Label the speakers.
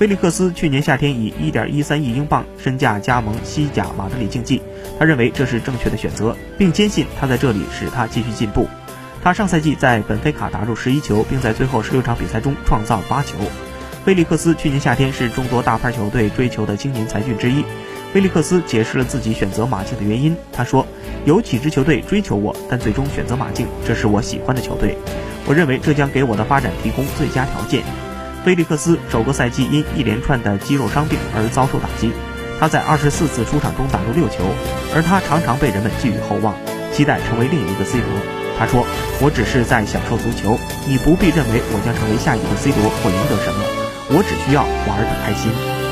Speaker 1: 菲利克斯去年夏天以 1.13 亿英镑身价加盟西甲马德里竞技，他认为这是正确的选择，并坚信他在这里使他继续进步。他上赛季在本菲卡打入11球，并在最后16场比赛中创造8球。菲利克斯去年夏天是众多大牌球队追求的青年才俊之一。菲利克斯解释了自己选择马竞的原因，他说：“有几支球队追求我，但最终选择马竞，这是我喜欢的球队。我认为这将给我的发展提供最佳条件。”菲利克斯首个赛季因一连串的肌肉伤病而遭受打击，他在24次出场中打入6球，而他常常被人们寄予厚望，期待成为另一个 C 罗。他说：“我只是在享受足球，你不必认为我将成为下一个 C 罗或赢得什么，我只需要玩得开心。”